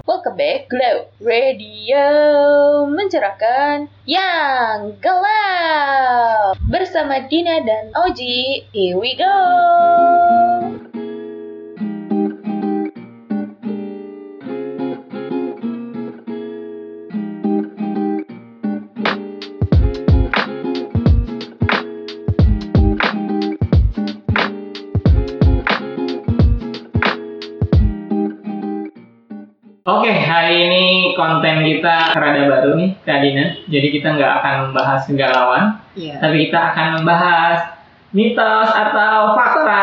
Welcome back, Glow Radio mencerahkan yang gelap bersama Dina dan Oji. Here we go. Oke, hari ini konten kita rada baru nih, Kak Dina. Jadi kita nggak akan membahas kegalauan, tapi kita akan membahas mitos atau fakta.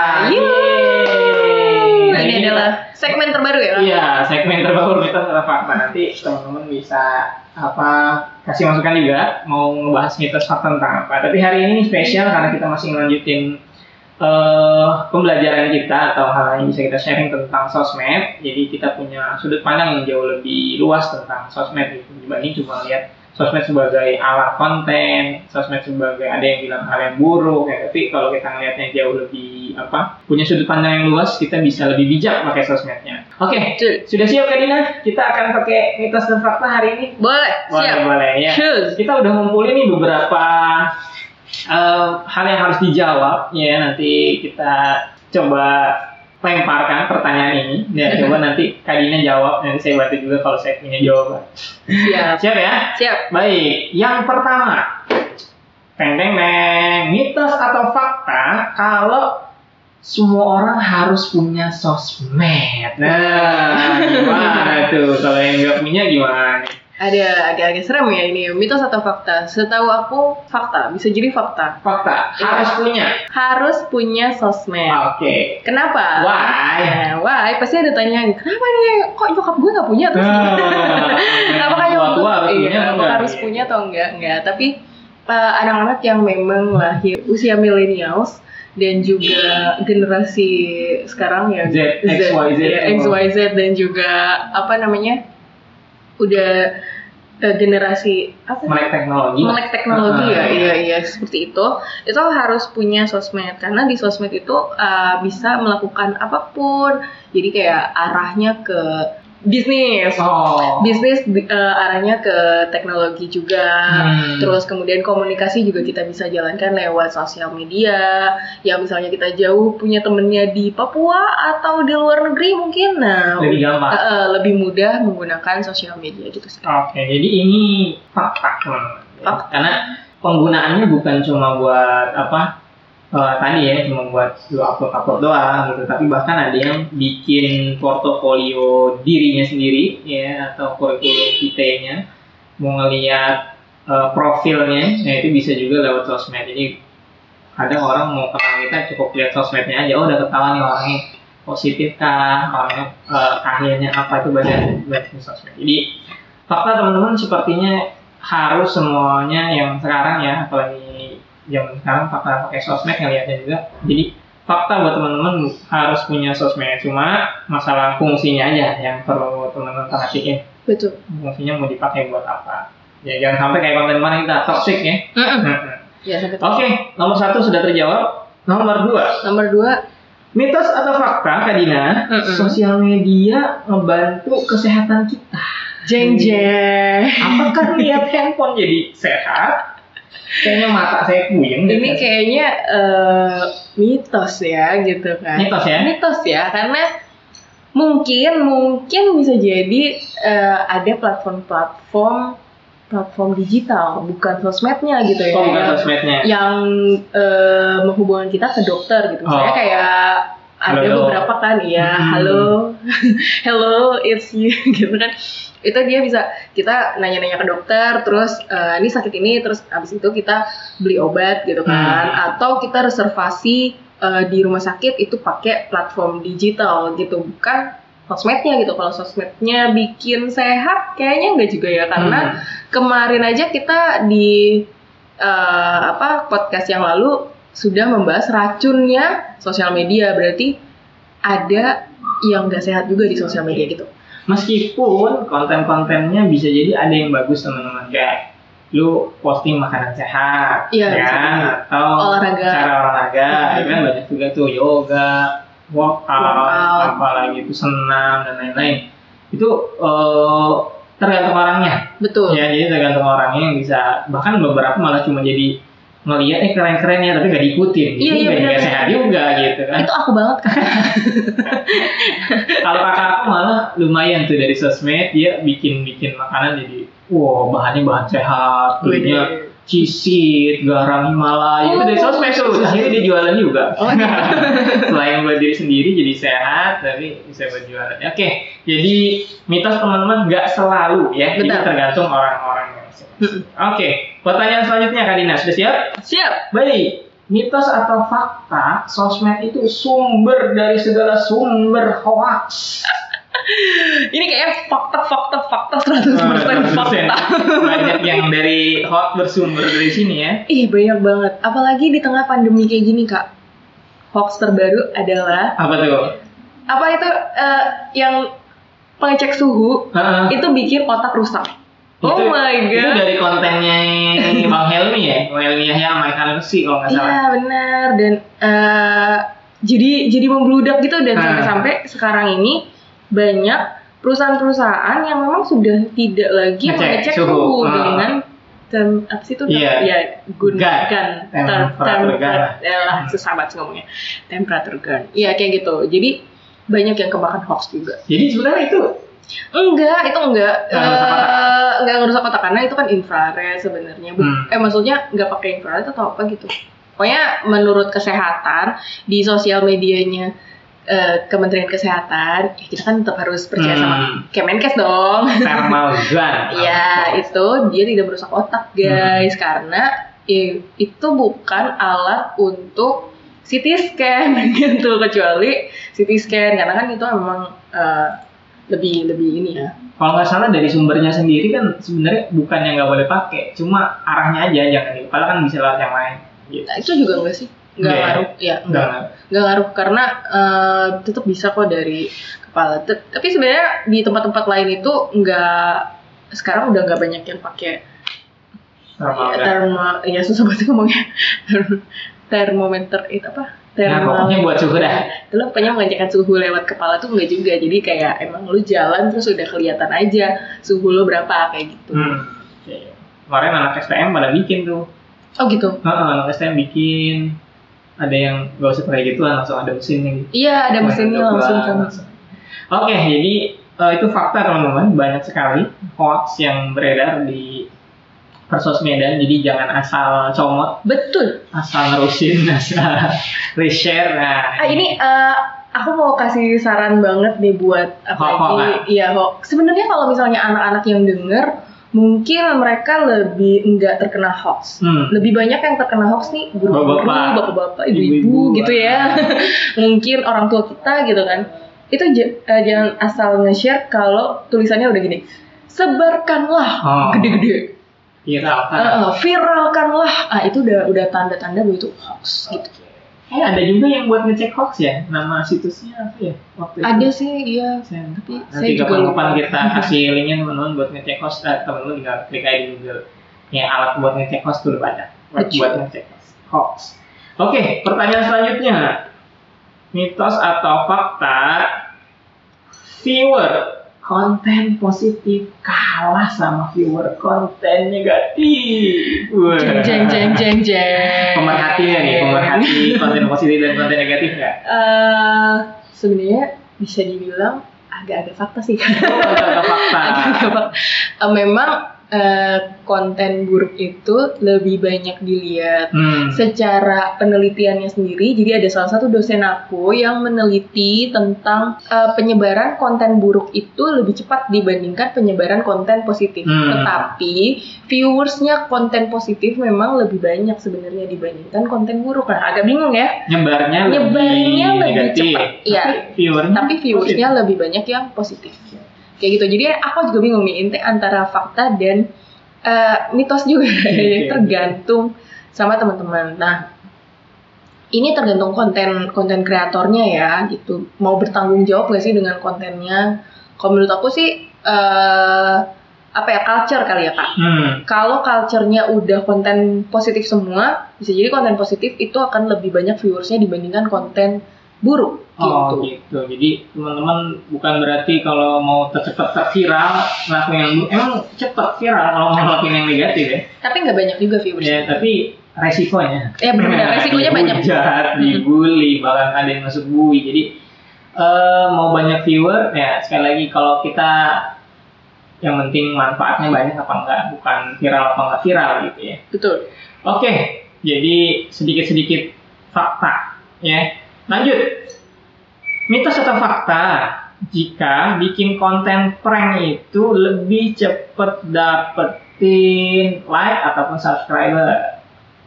Yeay. Nah, ini adalah segmen terbaru ya? Iya, segmen terbaru mitos atau fakta. Nanti teman-teman bisa kasih masukan juga mau membahas mitos fakta tentang apa. Tapi hari ini spesial karena kita masih ngelanjutin pembelajaran kita atau hal yang bisa kita sharing tentang sosmed. Jadi kita punya sudut pandang yang jauh lebih luas tentang sosmed gitu, dibanding cuma lihat sosmed sebagai alat konten, sosmed sebagai ada yang bilang hal yang buruk ya. Tapi kalau kita ngelihatnya jauh lebih punya sudut pandang yang luas, kita bisa lebih bijak pakai sosmednya. Oke, sudah siap Kak Dina? Kita akan pakai mitos dan fakta hari ini? Siap. Boleh ya. Kita udah ngumpulin nih beberapa hal yang harus dijawab ya. Nanti kita coba lemparkan pertanyaan ini ya, coba nanti Kak Dina jawab, nanti saya bantu juga kalau saya punya jawaban. Siap ya? Siap. Baik, yang pertama, mitos atau fakta kalau semua orang harus punya sosmed. Nah, gimana tuh? Kalau yang nggak punya gimana? Ada agak-agak serem ya ini, mitos atau fakta? Setahu aku fakta, bisa jadi fakta. Fakta, harus punya sosmed. Oke. Kenapa? Why? Why? Pasti ada tanyaan, kenapa nih kok nyokap gue nggak punya? Terus apakah nyokap harus punya atau enggak? Tapi anak-anak yang memang lahir usia millennials dan juga generasi sekarang ya XYZ dan juga udah generasi melek teknologi ya, iya seperti itu harus punya sosmed karena di sosmed itu bisa melakukan apapun. Jadi kayak arahnya ke bisnis, arahnya ke teknologi juga. Terus kemudian komunikasi juga kita bisa jalankan lewat sosial media. Ya misalnya kita jauh punya temennya di Papua atau di luar negeri mungkin, lebih gampang, lebih mudah menggunakan sosial media gitu sih. Oke, jadi ini fakta teman-teman. Karena penggunaannya bukan cuma buat tadi ya, cuma buat upload doang gitu, tapi bahkan ada yang bikin portofolio dirinya sendiri ya, atau kurikulum vitae-nya, mau ngelihat profilnya, nah itu bisa juga lewat sosmed. Jadi kadang orang mau kenal kita cukup lihat sosmednya aja, udah ketahuan nih orangnya positif kah, orangnya akhirnya apa, itu banyak di sosmed. Jadi fakta teman-teman sepertinya harus semuanya yang sekarang ya, apalagi zaman sekarang pakai sosmed ngeliatnya juga. Jadi fakta buat teman-teman harus punya sosmed, cuma masalah fungsinya aja yang perlu teman-teman perhatiin. Betul. Fungsinya mau dipakai buat apa? Ya jangan sampai kayak konten kemarin kita toxic ya. Oke, nomor 1 sudah terjawab. Nomor 2, mitos atau fakta Kak Dina, sosial media ngebantu kesehatan kita. Jeng. Apakah lihat handphone jadi sehat? Kayaknya mata saya puyeng. Ini kayaknya mitos ya gitu kan. Mitos ya karena mungkin bisa jadi ada platform digital, bukan sosmednya gitu ya. Bukan sosmednya. Yang menghubungkan kita ke dokter gitu. Misalnya kayak ada beberapa kan ya, hello it's you gitu kan. Itu dia bisa kita nanya-nanya ke dokter, terus ini sakit ini, terus abis itu kita beli obat gitu kan, atau kita reservasi di rumah sakit itu pakai platform digital gitu, bukan sosmednya gitu. Kalau sosmednya bikin sehat kayaknya enggak juga ya, karena kemarin aja kita di podcast yang lalu sudah membahas racunnya sosial media, berarti ada yang enggak sehat juga di sosial media gitu. Meskipun konten-kontennya bisa jadi ada yang bagus teman-teman, kayak lu posting makanan sehat, atau cara olahraga, kan banyak juga tuh yoga, workout, apalagi itu senam dan lain-lain. itu tergantung orangnya. Betul. Ya, jadi tergantung orangnya yang bisa, bahkan beberapa malah cuma jadi ngelihat keren-keren ya tapi gak diikutin. Iya, gak sehat juga gitu kan. Itu aku banget kan. Kalau kakak aku malah lumayan tuh dari sosmed, dia bikin makanan jadi bahannya bahan sehat, kulitnya cisit, garam Himalaya, itu dari sosmed tuh. Akhirnya dia jualan juga. Selain buat diri sendiri jadi sehat, tapi bisa buat jualan. Oke, jadi mitos teman-teman nggak selalu ya, jadi tergantung orang-orang. Oke, pertanyaan selanjutnya Kak Dina, sudah siap? Siap. Baik, mitos atau fakta sosmed itu sumber dari segala sumber hoax? Ini kayak fakta 100% fakta. Banyak yang dari hoax bersumber dari sini ya. Banyak banget. Apalagi di tengah pandemi kayak gini, Kak. Hoax terbaru adalah apa tuh? Apa itu yang pengecek suhu itu bikin otak rusak. Oh my god. Itu dari kontennya Bang Helmi ya? Bang Helmi Yahya sama Ikan Lucy kalau nggak salah. Iya benar, dan jadi membludak gitu, dan sampai sekarang ini banyak perusahaan-perusahaan yang memang sudah tidak lagi mengecek suhu dengan apa sih itu? Susah banget ngomongnya. Temperature gun. Iya kayak gitu. Jadi banyak yang kemakan hoax juga. Jadi sebenarnya itu enggak ngerusak otak karena itu kan infrared sebenarnya. Maksudnya nggak pakai infrared atau apa gitu. Pokoknya menurut kesehatan di sosial medianya Kementerian Kesehatan, ya kita kan tetap harus percaya sama Kemenkes dong. Thermal gun. Ya, itu dia tidak merusak otak, guys, karena itu bukan alat untuk CT scan gitu, kecuali CT scan karena kan itu memang lebih ini ya. Kalau nggak salah dari sumbernya sendiri kan sebenarnya bukan yang nggak boleh pakai, cuma arahnya aja jangan di kepala, kan bisa lewat yang lain. Gitu. Itu juga enggak sih? Nggak ngaruh, ya nggak ngaruh karena tetap bisa kok dari kepala. Tapi sebenarnya di tempat-tempat lain itu sekarang udah nggak banyak yang pakai susah banget ngomongnya. Termometer itu apa? Pokoknya buat suhu dah. Itu pokoknya mengecekkan suhu lewat kepala tuh enggak juga. Jadi kayak emang lu jalan terus udah kelihatan aja suhu lu berapa kayak gitu. Kemarin anak STM pada bikin tuh. Oh gitu? Anak STM bikin. Ada yang gak usah kayak gitu langsung ada mesinnya gitu. Iya ada mesinnya langsung kan. Oke, jadi itu fakta teman-teman. Banyak sekali hoax yang beredar di persosmedan, jadi jangan asal comot. Betul. Asal nerusin, asal reshare. Ini aku mau kasih saran banget nih buat apalagi sebenarnya kalau misalnya anak-anak yang denger, mungkin mereka lebih enggak terkena hoax. Lebih banyak yang terkena hoax nih guru-guru, bapak-bapak, ibu-ibu gitu ya. Mungkin orang tua kita gitu kan. Itu jangan asal nge-share kalau tulisannya udah gini. Sebarkanlah gede-gede. Viralkanlah. Itu udah tanda-tanda bahwa itu hoax gitu. Ada juga yang buat ngecek hoax ya, nama situsnya apa ya waktu itu? Ada sih, iya. Tapi saya juga lupa. Kita kasih linknya teman-teman buat ngecek hoax. Teman-teman tinggal klik aja di Google. Ya alat buat ngecek hoax tuh ada. Buat ngecek hoax. Oke, pertanyaan selanjutnya. Mitos atau fakta viewer konten positif kalah sama viewer konten negatif. Jeng. Pemerhati konten positif dan konten negatif nggak? Sebenarnya bisa dibilang agak-agak fakta sih. Agak fakta. Memang konten buruk itu lebih banyak dilihat secara penelitiannya sendiri. Jadi ada salah satu dosen aku yang meneliti tentang penyebaran konten buruk itu lebih cepat dibandingkan penyebaran konten positif. Tetapi viewersnya konten positif memang lebih banyak sebenarnya dibandingkan konten buruk. Nah, agak bingung ya. Nyebarnya lebih cepat. Iya. Tapi viewersnya lebih banyak yang positif. Kayak gitu. Jadi aku juga bingung nih antara fakta dan mitos juga. Tergantung sama teman-teman. Nah, ini tergantung konten kreatornya ya gitu. Mau bertanggung jawab gak sih dengan kontennya? Kalau menurut aku sih culture kali ya Kak. Kalau culture-nya udah konten positif semua, bisa jadi konten positif itu akan lebih banyak viewersnya dibandingkan konten buruk gitu. Gitu. Jadi teman-teman bukan berarti kalau mau cepet terviral ngelakuin yang emang cepet viral kalau mau ngelakuin yang negatif ya. Tapi nggak banyak juga viewers. Ya, tapi resikonya. Ya benar-benar resikonya banyak. Dihujat, dibully, bahkan ada yang masuk bui. Jadi mau banyak viewer ya sekali lagi kalau kita yang penting manfaatnya banyak apa enggak, bukan viral apa enggak viral gitu ya. Betul. Oke, jadi sedikit-sedikit fakta ya. Lanjut. Mitos atau fakta jika bikin konten prank itu lebih cepet dapetin like ataupun subscriber?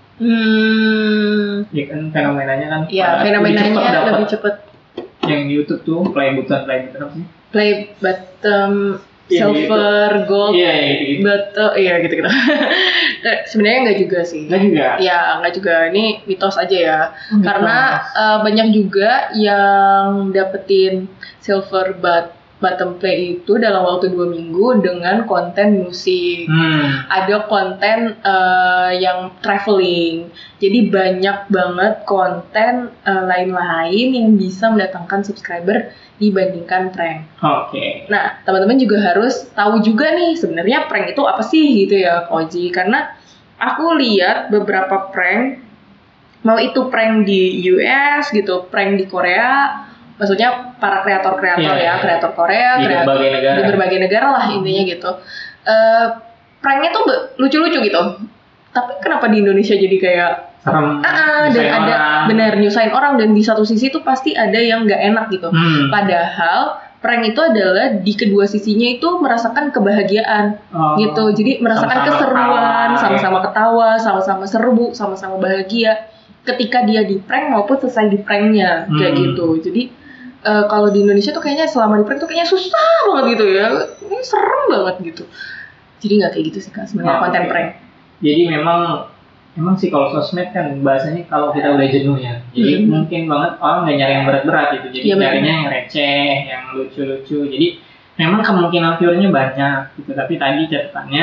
Ya kan fenomenanya kan. Iya, fenomenanya lebih cepet. Yang di YouTube tuh play button apa sih? Play button silver, gold, gitu. button, gitu. Sebenarnya nggak juga sih. Nggak juga. Ya nggak juga. Ini mitos aja ya. Karena banyak juga yang dapetin silver button play itu dalam waktu 2 minggu dengan konten musik. Ada konten yang traveling. Jadi banyak banget konten lain-lain yang bisa mendatangkan subscriber dibandingkan prank. Oke. Nah, teman-teman juga harus tahu juga nih sebenarnya prank itu apa sih gitu ya, Oji. Karena aku lihat beberapa prank, mau itu prank di US gitu, prank di Korea, maksudnya para kreator-kreator kreator Korea, di berbagai negara lah intinya gitu. Pranknya tuh lucu-lucu gitu. Tapi kenapa di Indonesia jadi kayak serem, dan ada benar nyusahin orang, dan di satu sisi tuh pasti ada yang nggak enak gitu. Padahal prank itu adalah di kedua sisinya itu merasakan kebahagiaan gitu. Jadi merasakan keseruan, sama-sama ketawa, sama-sama seru, sama-sama bahagia ketika dia di prank maupun selesai di pranknya kayak gitu. Jadi kalau di Indonesia tuh kayaknya selama di prank tuh kayaknya susah banget gitu ya, ini serem banget gitu. Jadi nggak kayak gitu sih Kak sebenarnya konten prank. Jadi memang sih kalau sosmed kan bahasanya kalau kita udah jenuh ya. Jadi mungkin banget orang nggak nyari yang berat-berat gitu. Jadi nyarinya yang receh, yang lucu-lucu. Jadi memang kemungkinan viewernya banyak gitu. Tapi tadi catatannya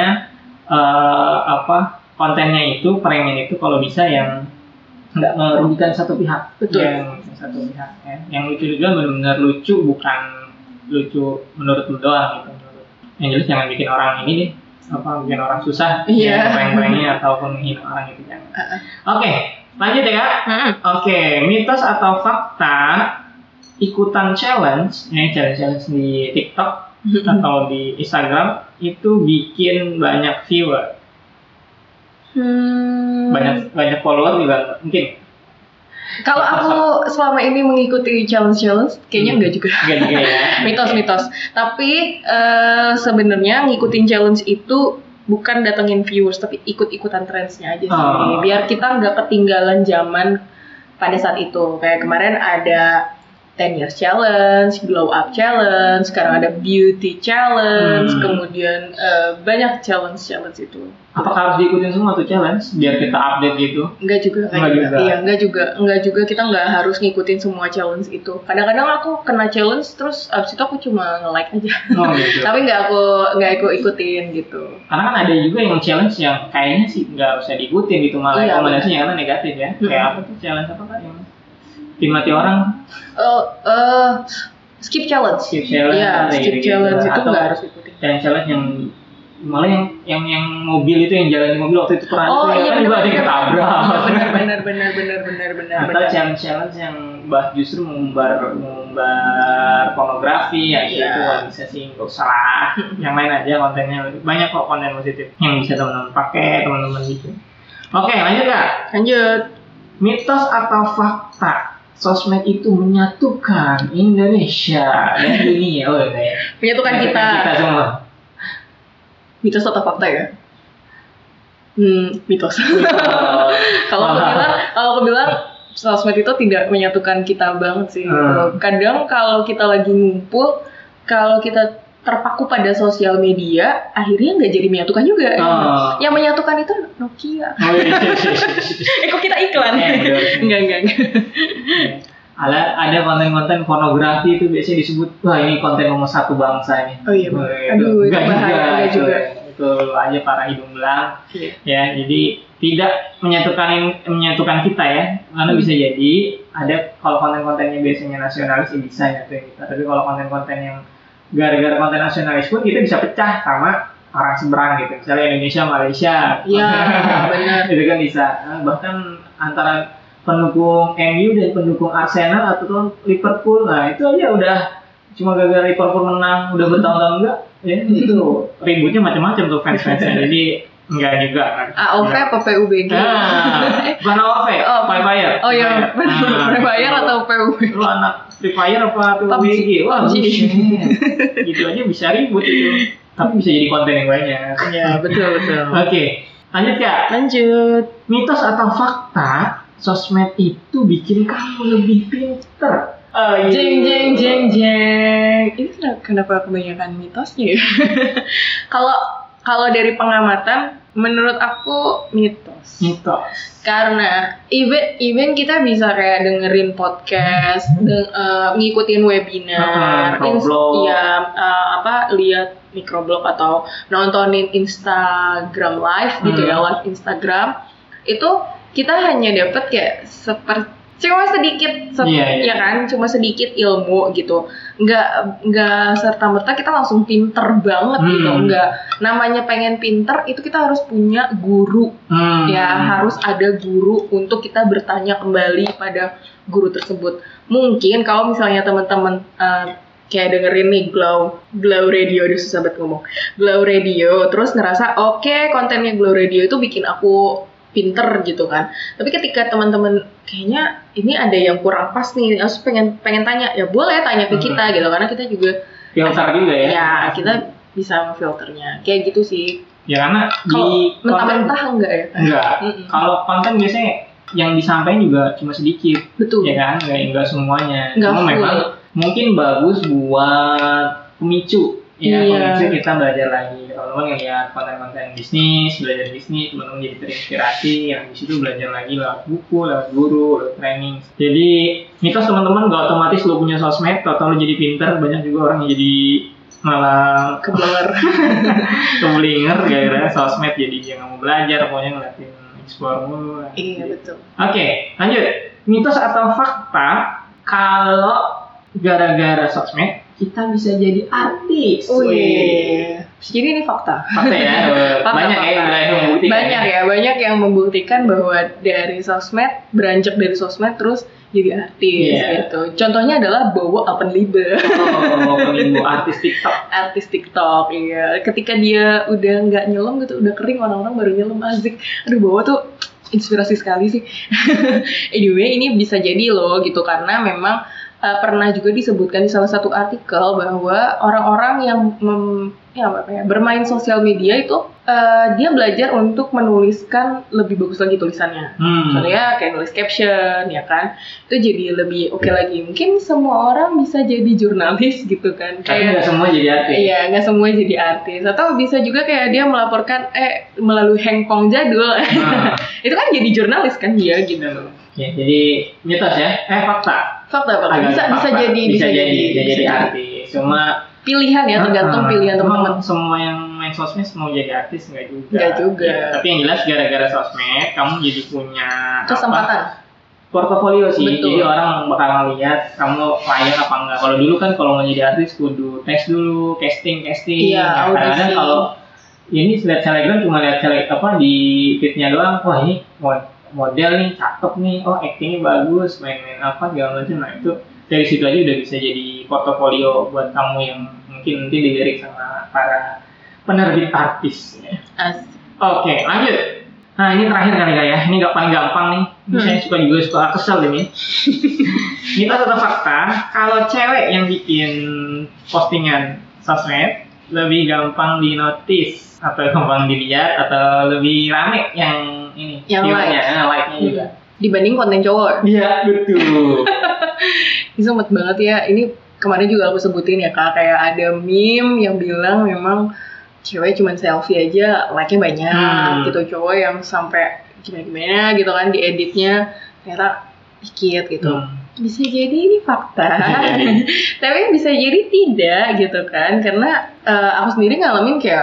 kontennya itu, pranknya itu kalau bisa yang nggak merugikan satu pihak. Betul. Yang satu pihak ya. Yang lucu-lucu benar-benar lucu, bukan lucu menurut lu doang gitu. Yang jelas jangan bikin orang ini deh. Bikin orang susah, prank-pranknya ataupun menghina orang gitu kan. Oke, lanjut ya Kak. Oke, mitos atau fakta ikutan challenge di TikTok atau di Instagram itu bikin banyak viewer, banyak follower juga mungkin. Kalau aku selama ini mengikuti challenge kayaknya enggak juga. Ya. Mitos. Tapi sebenarnya ngikutin challenge itu bukan datengin viewers, tapi ikut-ikutan trendsnya aja sih. Biar kita nggak ketinggalan zaman pada saat itu. Kayak kemarin ada 10 years challenge, glow up challenge, sekarang ada beauty challenge, kemudian banyak challenge itu. Apakah harus diikutin semua tuh challenge biar kita update gitu? Enggak juga. Iya, enggak juga kita nggak harus ngikutin semua challenge itu. Kadang-kadang aku kena challenge terus abis itu aku cuma nge-like aja. Gitu. Tapi nggak aku ikutin gitu. Karena kan ada juga yang challenge yang kayaknya sih nggak usah diikutin gitu, malah rekomendasinya karena negatif ya. Kayak apa tuh challenge apa Kak yang mati orang? Skip challenge. Iya, skip challenge itu nggak harus ikutin. Challenge yang malah yang mobil itu yang jalan di mobil waktu itu pernah kan juga ada yang ketabrak. Benar. Atau challenge yang justru mengumbar pornografi ya gitu bisa sih nggak usah. Yang lain aja kontennya banyak kok, konten positif yang bisa teman-teman pakai gitu. Oke, lanjut Kak. Lanjut. Mitos atau fakta sosmed itu menyatukan Indonesia dan dunia? Menyatukan kita semua. Mitos atau fakta ya? Mitos. Kalau aku bilang sosmed itu tidak menyatukan kita banget sih. Kadang kalau kita lagi ngumpul, kalau kita terpaku pada sosial media, akhirnya nggak jadi menyatukan juga. Yang menyatukan itu Nokia. Kok kita iklan? Enggak. Ada konten-konten pornografi itu biasanya disebut, wah ini konten nomor 1 bangsa ini. Oh iya. Aduh, itu bahaya juga. betul aja para hidung belang. Ya, jadi tidak menyatukan kita ya, karena bisa jadi ada kalau konten-kontennya biasanya nasionalis ya bisa nyatuin kita, tapi kalau konten-konten yang gara-gara konten nasionalis pun kita bisa pecah sama orang seberang gitu, misalnya Indonesia Malaysia, iya benar, itu kan bisa, bahkan antara pendukung MU dan pendukung Arsenal atau Liverpool, nah itu aja udah cuma gara-gara Liverpool menang udah bertahun-tahun enggak ya, itu ributnya macam-macam tuh fans-fansnya. Jadi enggak juga kan. AOV apa PUBG? Bukan AOV, Free Fire. Oh iya, Free Fire atau PUBG? Lu anak Free Fire apa PUBG? Wah, gitu aja bisa ribut itu. Tapi bisa jadi konten yang banyak. Iya, betul. Oke, lanjut ya. Lanjut. Mitos atau fakta sosmed itu bikin kamu lebih pinter? Jeng. Ini kenapa kebanyakan mitosnya ya? Kalau dari pengamatan, menurut aku mitos. Karena even kita bisa kayak dengerin podcast, ngikutin webinar, lihat microblog atau nontonin Instagram live gitu ya, live Instagram, itu kita hanya dapat kayak cuma sedikit ya kan, cuma sedikit ilmu gitu, nggak serta-merta kita langsung pinter banget gitu, nggak, namanya pengen pinter itu kita harus punya guru, ya harus ada guru untuk kita bertanya kembali pada guru tersebut. Mungkin kalau misalnya teman-teman kayak dengerin nih Glow Radio, udah susah banget ngomong, Glow Radio, terus ngerasa oke, kontennya Glow Radio itu bikin aku pinter gitu kan. Tapi ketika teman-teman kayaknya ini ada yang kurang pas nih, harus pengen tanya, ya boleh tanya ke kita gitu, karena kita juga filter juga ya. Ya, kita bisa filternya. Kayak gitu sih. Ya karena di mentah-mentah enggak ya? Enggak. Kalau konten biasanya yang disampaikan juga cuma sedikit. Betul. Ya kan? Enggak semuanya. Cuma memang mungkin bagus buat pemicu. Ya, pemicu kita belajar lagi. Teman-teman ngeliat konten-konten bisnis, belajar bisnis, teman-teman jadi terinspirasi, yang di situ belajar lagi lewat buku, lewat guru, lewat training. Jadi mitos teman-teman gak otomatis lo punya sosmed, atau lo jadi pintar. Banyak juga orang yang jadi malah keblinger gara-gara sosmed, jadi dia nggak mau belajar, pokoknya ngeliatin explore mulu. Iya betul. Oke, lanjut. Mitos atau fakta kalau gara-gara sosmed kita bisa jadi artis? Jadi ini fakta. Fakta ya. Banyak yang membuktikan bahwa dari sosmed, beranjak dari sosmed terus jadi artis gitu. Contohnya adalah Bowo Alpenliebe. Artis TikTok. Iya. Ketika dia udah nggak nyelam gitu, udah kering, orang-orang baru nyelam, asik. Aduh, Bowo tuh inspirasi sekali sih. Anyway, ini bisa jadi loh gitu, karena memang pernah juga disebutkan di salah satu artikel bahwa orang-orang yang bermain sosial media itu dia belajar untuk menuliskan lebih bagus lagi tulisannya. Contohnya kayak nulis caption, ya kan, itu jadi lebih oke lagi. Mungkin semua orang bisa jadi jurnalis gitu kan. Tapi nggak semua jadi artis. Iya, nggak semua jadi artis. Atau bisa juga kayak dia melaporkan melalui handphone jadul. Itu kan jadi jurnalis kan dia gitu. Ya, jadi mitos ya? Fakta. Bisa jadi artis. Cuma pilihan ya, tergantung pilihan teman-teman. Semua yang main sosmed mau jadi artis enggak juga. Enggak juga. Ya, tapi yang jelas gara-gara sosmed kamu jadi punya kesempatan. Portofolio sih. Betul. Jadi orang bakal lihat kamu layak apa enggak. Kalau dulu kan kalau mau jadi artis kudu tes dulu, casting. Iya, kadang-kadang kalau ini lihat selebgram cuma lihat di feed-nya doang. Wah, ini model nih, cakep nih, actingnya bagus, main-main apa segala macam. Nah itu dari situ aja udah bisa jadi portofolio buat kamu yang mungkin nanti dilirik sama para penerbit artis. Oke, lanjut. Nah ini terakhir kali ya, ini paling gampang nih. Saya suka kesel ini. Mitos atau fakta, kalau cewek yang bikin postingan sosmed lebih gampang dinotis atau gampang dilihat atau lebih rame yang like-nya juga dibanding konten cowok. Iya, betul. Ini sumpet banget ya. Ini kemarin juga aku sebutin ya Kak, kayak ada meme yang bilang memang cewek cuma selfie aja like-nya banyak gitu, cowok yang sampai gimana gitu kan dieditnya ternyata dikit gitu. Bisa jadi ini fakta, tapi bisa jadi tidak gitu kan, karena aku sendiri ngalamin kayak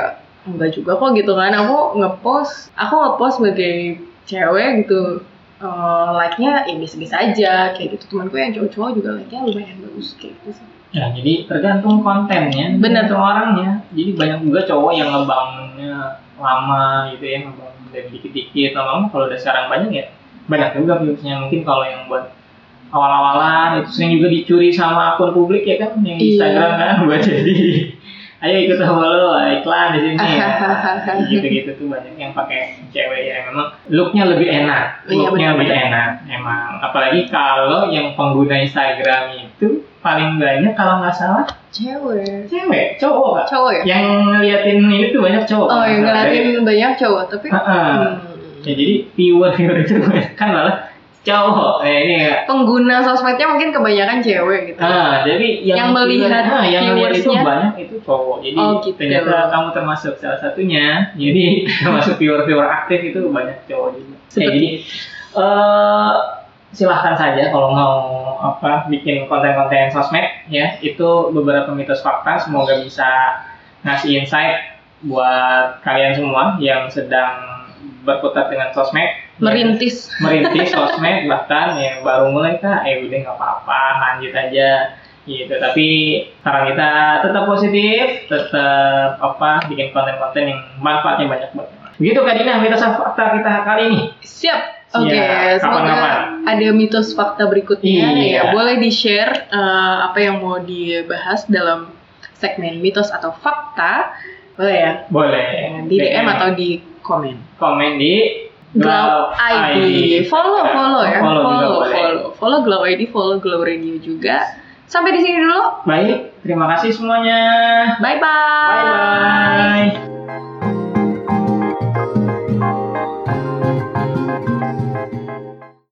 enggak juga kok gitu kan. Aku ngepost sebagai cewek gitu. Like-nya ya biasa-biasa aja kayak gitu. Temanku yang cowok-cowok juga like-nya lumayan bagus kayak gitu sih. Ya, jadi tergantung kontennya, tergantung orangnya. Jadi banyak juga cowok yang ngebangunnya lama gitu ya, ngebangun dari dikit-dikit. Lama-lama kalau udah sekarang banyak ya, banyak juga viewsnya. Mungkin kalau yang buat awal-awalan itu sering juga dicuri sama akun publik ya kan, yang di Instagram kan, buat jadi ayo ikut follow iklan di sini ya. Gitu-gitu tuh banyak yang pakai cewek ya, memang looknya lebih enak, emang. Apalagi kalau yang pengguna Instagram itu paling banyak kalau nggak salah cewek, cowok ya? Yang ngeliatin ini tuh banyak cowok. Oh, yang ngeliatin banyak cowok, tapi ya jadi viewer itu kan malah cowok. Ini pengguna sosmednya mungkin kebanyakan cewek gitu. Jadi yang melihat itu banyak itu cowok. Jadi gitu. Ternyata kamu termasuk salah satunya. Jadi termasuk viewer aktif itu banyak cowok juga. Jadi silahkan saja kalau mau bikin konten-konten sosmed ya, itu beberapa mitos fakta, semoga bisa ngasih insight buat kalian semua yang sedang berkutat dengan sosmed, merintis sosmed, bahkan yang baru mulai udah nggak apa-apa, lanjut aja gitu. Tapi saran kita tetap positif, tetap bikin konten-konten yang manfaatnya banyak buat kalian. Begitu Kak Dina mitos fakta kita kali ini. Siap. Oke, semoga ada mitos fakta berikutnya ya. Boleh di-share apa yang mau dibahas dalam segmen mitos atau fakta. Boleh ya? Boleh. Di DM atau di komen. Komen di Glow ID. Follow ya. Follow Glow ID, follow Glow Radio juga. Sampai di sini dulu. Baik, terima kasih semuanya. Bye-bye.